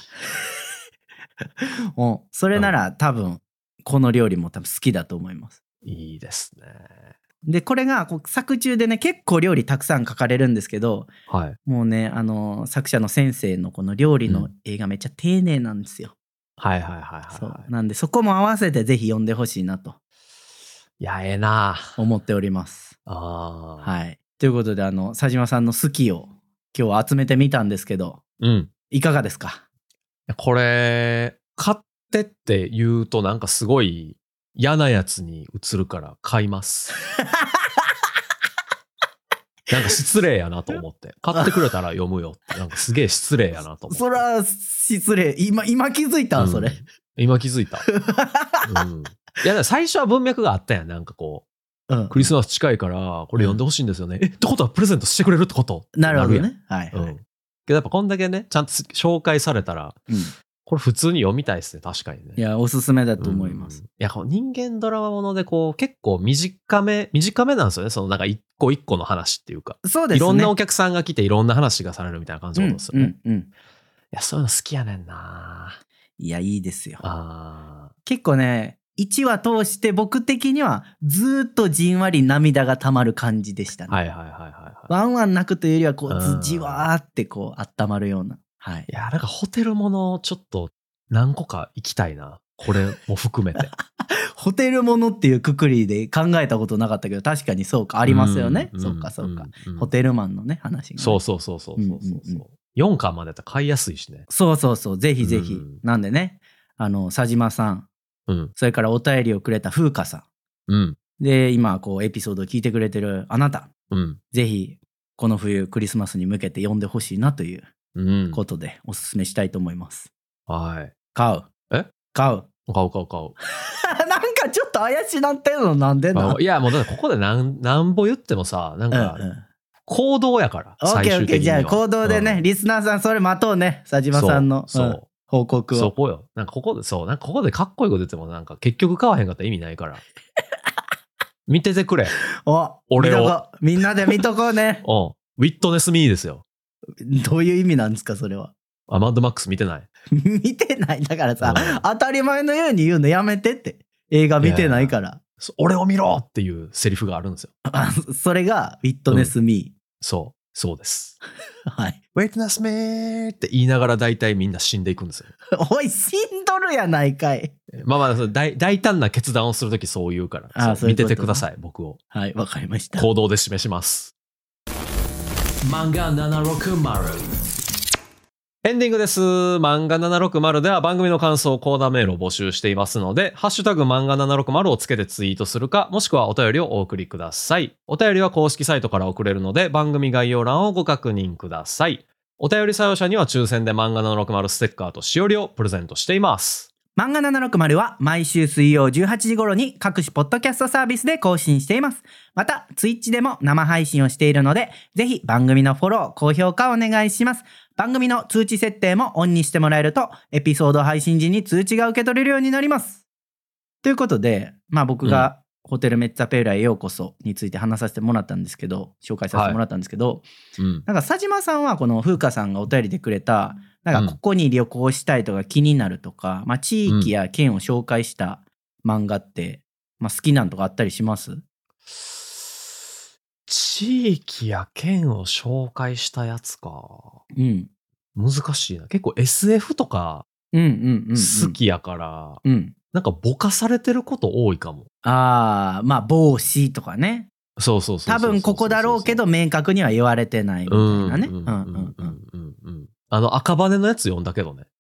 うん、それなら多分この料理も多分好きだと思います。 いいですね。 でこれがこう作中でね結構料理たくさん書かれるんですけど、はい、もうねあの作者の先生のこの料理の映画めっちゃ丁寧なんですよ。 うん、はいはいはいはい、はい、 そうなんでそこも合わせてぜひ読んでほしいなと。 いやええな思っております。あはいということであの佐島さんの好きを今日は集めてみたんですけど、 うん、 いかがですか？ これ、買ってって言うとなんかすごい嫌なやつに映るから買います。なんか失礼やなと思って。買ってくれたら読むよって。なんかすげえ失礼やなと思って。 そら、失礼。今、今気づいたん、それ、うん。 今気づいた。うん、いや、最初は文脈があったやん。なんかこう、うん、クリスマス近いから、これ読んでほしいんですよね。うん、え、ってことはプレゼントしてくれるってこと？ なるほどね。はい、はい。うん。 けどやっぱこんだけね、ちゃんと紹介されたら、うん、これ普通に読みたいですね。確かにね。 いや、おすすめだと思います。うん、いや、こう人間ドラマもので、こう、結構短め、短めなんですよね。そのなんか一個一個の話っていうか。 そうですね。 いろんなお客さんが来て、いろんな話がされるみたいな感じのことですよね。 うんうんうん、いや、そういうの好きやねんな。 いや、いいですよ。 あ結構ね、いちわ通して僕的にはずっとじんわり涙が溜まる感じでしたね。 はいはいはいはい、はい。 ワンワン泣くというよりは、こう、じわーってこう、温まるような。はい。 いや、なんかホテルものちょっと何個か行きたいな。これも含めて。 ホテルものっていうくくりで考えたことなかったけど、確かにそうか、ありますよね。そうかそうか、うんうん。ホテルマンのね、話が、ね。 そうそうそうそうそうそう、うんうんうん。よんかんまでやったら買いやすいしね。 そうそうそう、ぜひぜひ。うん、なんでね、あの、佐島さん、うん、それからお便りをくれた風花さん。うん、で、今、こう、エピソードを聞いてくれてるあなた。うん、ぜひ、この冬、クリスマスに向けて読んでほしいなということで、おすすめしたいと思います。 はい。 買う。 え買う。 買う買う買う。 なんかちょっと怪しなってるのなんでな。 いや、もうだってここでなんなんぼ言ってもさ、なんか、うんうん、行動やから。 オッケーオッケー、じゃあ行動でね、うん、リスナーさんそれ待とうね、佐島さんのそう、うん、報告を。 そこよ。なんかここで、そう、なんかここでかっこいいこと言ってもなんか結局買わへんかったら意味ないから。見ててくれ。 お、 俺を。 みんなで見とこうね。 うん。ウィットネスミーですよ。 どういう意味なんですか、それは。 あ、マッドマックス見てない？ 見てない。だからさ、うん、当たり前のように言うのやめてって。映画見てないから。いやいや俺を見ろっていうセリフがあるんですよ。 それが、ウィットネスミー。うん、 そう。そうです。 はい。 ウィットネスミーって言いながら大体みんな死んでいくんですよ。 おい、死んどるやないかい。 まあまあ、大, 大胆な決断をするときそう言うから。ああ、そういうことね。見ててください、僕を。 はい、わかりました。 行動で示します。漫画ななろくまる。エンディングです。漫画ななろくまるでは番組の感想、コーナーメールを募集していますので、ハッシュタグ漫画ななろくまるをつけてツイートするか、もしくはお便りをお送りください。お便りは公式サイトから送れるので、番組概要欄をご確認ください。お便り採用者には抽選で漫画ななろくまるステッカーとしおりをプレゼントしています。 漫画ななろくまるは毎週水曜じゅうはちじ頃に各種ポッドキャストサービスで更新しています。また、ツイッチでも生配信をしているので、ぜひ番組のフォロー、高評価をお願いします。番組の通知設定もオンにしてもらえると、エピソード配信時に通知が受け取れるようになります。ということで、まあ僕が、うんホテルメッツァペウラへようこそについて話させてもらったんですけど、紹介させてもらったんですけど、はいうん、なんか佐島さんはこの風花さんがお便りでくれた、なんかここに旅行したいとか気になるとか、まあ地域や県を紹介した漫画って、まあ好きなんとかあったりします？ 地域や県を紹介したやつか。うん。難しいな。結構 エスエフ とか好きやから、うんうんうんうん、なんかぼかされてること多いかも。 ああ、まあ帽子とかね。 そうそうそうそうそうそう。 多分ここだろうけど明確には言われてないみたいなね。 あの赤羽のやつ読んだけどね。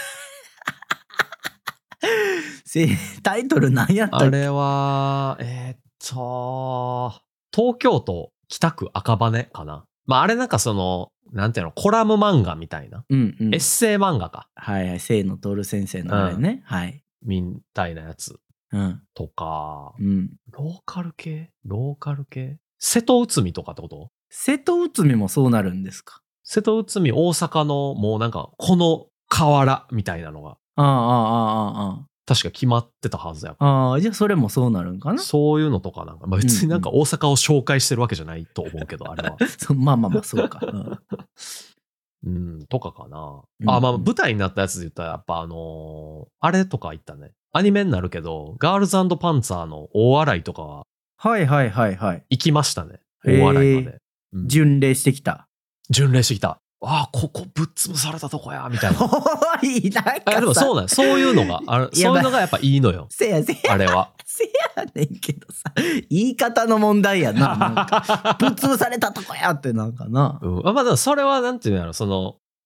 タイトル何やったっけ？ あれは、えー、っと、東京都北区赤羽かな。まああれなんかその、なんていうの、コラム漫画みたいな。うんうん、エッセイ漫画か。 はいはい、清野徹先生のあれね。うん、はい。 みたいなやつ。うん、とか、うん、ローカル系ローカル系瀬戸内海とかってこと？ 瀬戸内海もそうなるんですか？ 瀬戸内海大阪のもうなんかこの河原みたいなのがああああああ確か決まってたはずや。 ああじゃあそれもそうなるんかな。 そういうのとかなんか、まあ、別になんか大阪を紹介してるわけじゃないと思うけど、うん、あれはまあまあまあそうか、うんうん、とかかな。うん、あ、まあ舞台になったやつで言ったらやっぱあのー、あれとか言ったね。アニメになるけど、ガールズ&パンツァーの大洗とかは、 はいはいはいはい。 行きましたね。大洗まで。 うん、巡礼してきた。 巡礼してきた。ああ、ここぶっ潰されたとこや、みたいな。 おい、なんかさ。 でもそうなん、そういうのがある、そういうのがやっぱいいのよ。 せやせや。 あれは。 せやねんけどさ、言い方の問題やな。なんかぶっ潰されたとこやってなんかな。 うん、まあでもそれはなんていうんだろう、その、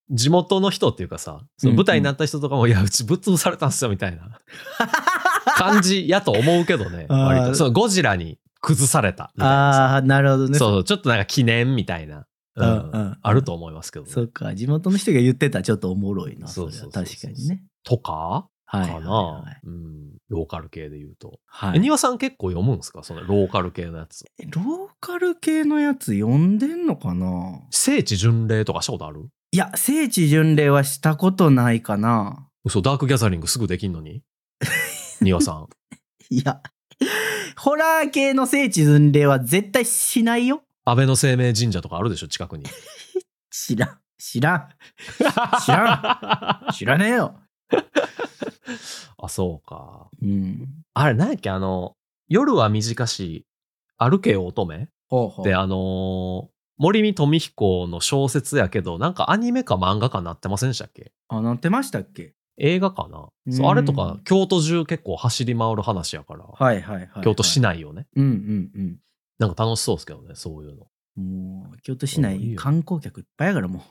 地元の人っていうかさ、その舞台になった人とかも、うんうん、いや、うちぶっ潰されたんすよみたいな感じやと思うけどね。割とそのゴジラに崩されたみたいな。 ああ、なるほどね。 そう、ちょっとなんか記念みたいな、うんうんうん、あると思いますけど、ね。 そっか、地元の人が言ってたらちょっとおもろいな。そうそうそうそう、確かにね。 とかはい、 かな、はいはい、うん、ローカル系で言うと。 はい。 庭さん結構読むんですか、そのローカル系のやつ。 ローカル系のやつ読んでんのかな。 聖地巡礼とかしたことある？ いや、聖地巡礼はしたことないかな。 嘘、ダークギャザリングすぐできんのに庭さん。 いや、ホラー系の聖地巡礼は絶対しないよ。 安倍の生命神社とかあるでしょ、近くに。 知らん。知らん。知らん。知らねえよ。 あ、そうか。 うん。 あれ、なんやっけ、あの、夜は短し、歩けよ乙女ほうほうで、あのー、森見富彦の小説やけど、なんかアニメか漫画かなってませんでしたっけ？ あ、なってましたっけ？ 映画かな。そう、あれとか、京都中結構走り回る話やから。 はいはいはい、はい。 京都市内をね。 うんうんうん。 なんか楽しそうですけどね、そういうの。 もう、京都市内、観光客いっぱいやからもう。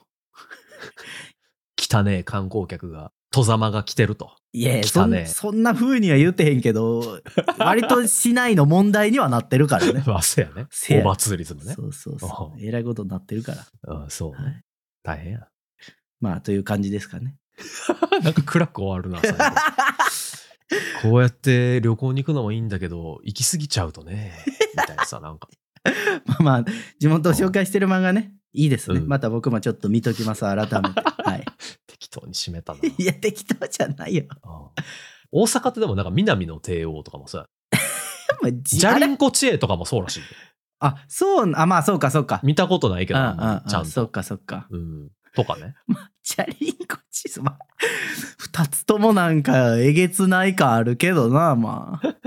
汚ねえ観光客が、戸ざまが来てると。 いや、そん、そんな風には言ってへんけど、割と市内の問題にはなってるからね。 まあ、せやね。オーバーツーリズムね。 そうそうそう。えらいことになってるから。 ああ、そうね、はい。大変や。 まあ、という感じですかね。 なんか暗く終わるな、最後。こうやって旅行に行くのもいいんだけど、行き過ぎちゃうとね、みたいなさ、なんか。 まあまあ、地元を紹介してる漫画ね、いいですね。うん、また僕もちょっと見ときます、改めて。はい。 適当に締めたな。 いや、適当じゃないよ。 ああ、大阪ってでもなんか南の帝王とかもさ、ジャリンコ知恵とかもそうらしい。 あ、そう、あ、まあそうかそうか。 見たことないけど、 ああちゃんと。そっかそっか。 うん。とかね。 まあ、ジャリンコ知恵、まあ、二つともなんかえげつない感あるけどな、まあ。あ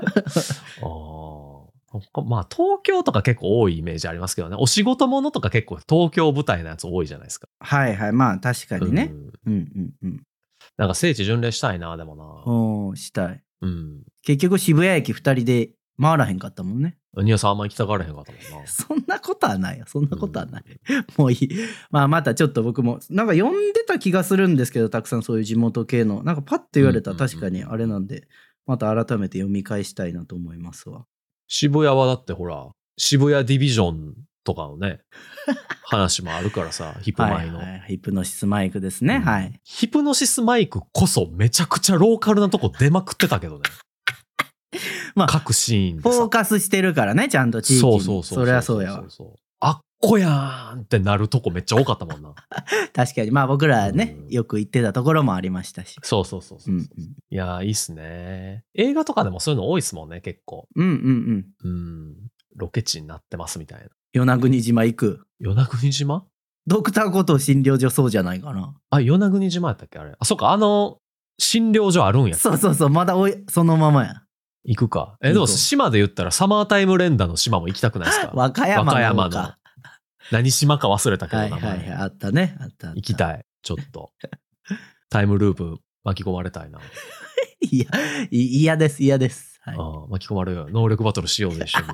あ。まあ東京とか結構多いイメージありますけどね。お仕事ものとか結構東京舞台のやつ多いじゃないですか。 はいはい。まあ確かにね。うん、うんうんうん。 なんか聖地巡礼したいな、でもな。 おー、したい。 うん。 結局渋谷駅二人で回らへんかったもんね。 ニアさんあんま行きたがらへんかったもんな。 そんなことはないよ。そんなことはない。うん、もういい。まあまたちょっと僕も、なんか読んでた気がするんですけど、たくさんそういう地元系の。なんかパッと言われたら確かにあれなんで、また改めて読み返したいなと思いますわ。 渋谷はだってほら、渋谷ディビジョンとかのね、話もあるからさ、ヒプマイの、 はいはい。ヒプノシスマイクですね、うん。はい。 ヒプノシスマイクこそめちゃくちゃローカルなとこ出まくってたけどね。まあ、各シーンでフォーカスしてるからね、ちゃんと地域に。そうそうそう。そりゃそうやわ。 あっこやーんってなるとこめっちゃ多かったもんな。 確かに。まあ僕らね、うん、よく行ってたところもありましたし。 そうそうそうそう。うんうん、いやー、いいっすね。映画とかでもそういうの多いっすもんね、結構。 うんうんうん。うん。ロケ地になってますみたいな。 与那国島行く。 与那国島？ ドクターコトー診療所そうじゃないかな。 あ、与那国島やったっけあれ。あ、そうか、あの、診療所あるんや。 そうそうそう、まだおいそのままや。 行くか。え、でも島で言ったらサマータイム連打の島も行きたくないですか？ 和歌山の。 和歌山の。何島か忘れたけどな。はいはいはい。あったね。あった。 行きたい。ちょっと。タイムループ巻き込まれたいな。 いや、嫌です、嫌です。はい、 ああ、巻き込まれるよ。能力バトルしようぜ、一緒に。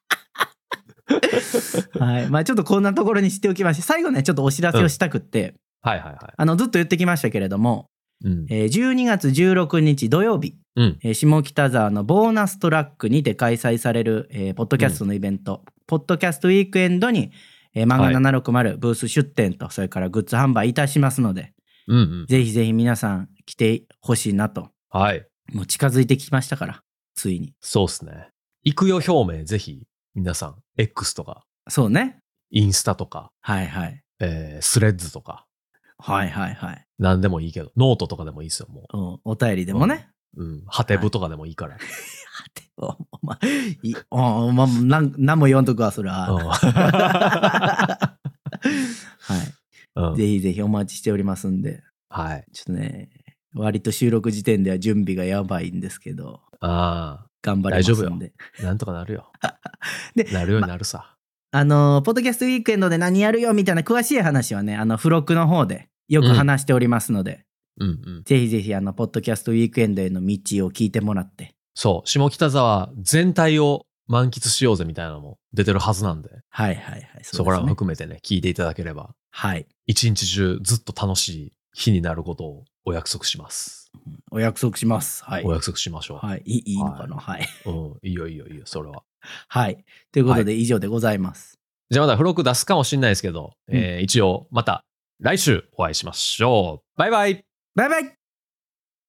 はい。まあちょっとこんなところにしておきまして、最後ね、ちょっとお知らせをしたくって、 うん、はいはいはい。 あの、ずっと言ってきましたけれども、うんえー、じゅうにがつじゅうろくにち土曜日、うんえー、下北沢のボーナストラックにて開催される、えー、ポッドキャストのイベント、うん、ポッドキャストウィークエンドに、えー、漫画ななひゃくろくじゅうブース出展と、それからグッズ販売いたしますので、うんうん、ぜひぜひ皆さん来てほしいなと。 はい。 もう近づいてきましたから、ついに。 そうっすね。行くよ表明ぜひ皆さん X とか。 そうね。 インスタとか。 はいはい。 えー、スレッズとか。 はいはいはい。 何でもいいけど、ノートとかでもいいですよ、もう。うん、お便りでもね。 うん。ハテブとかでもいいから。 ハテブ、お前、い、おま、なん、なんも言わんとくわ、それは。はい、うん。ぜひぜひお待ちしておりますんで。 はい。 ちょっとね、割と収録時点では準備がやばいんですけど。 ああ。 頑張りますんで。 大丈夫よ。なんとかなるよ。で、なるようになるさ。 ま、あの、ポッドキャストウィークエンドで何やるよみたいな詳しい話はね、あの、付録の方でよく話しておりますので、うんうんうん、ぜひぜひ、あの、ポッドキャストウィークエンドへの道を聞いてもらって。 そう、下北沢全体を満喫しようぜみたいなのも出てるはずなんで。 はいはいはい。そ, ね、 そこらも含めてね、聞いていただければ。 はい。 一日中ずっと楽しい日になることをお約束します。 お約束します。はい。 お約束しましょう。 はい。いいのかな、はい、はい。 うん。いいよいいよいいよ、それは。 はい。ということで以上でございます。 はい、じゃあまだ付録出すかもしれないですけど、うん、えー、一応また来週お会いしましょう。バイバイ。 バイバイ。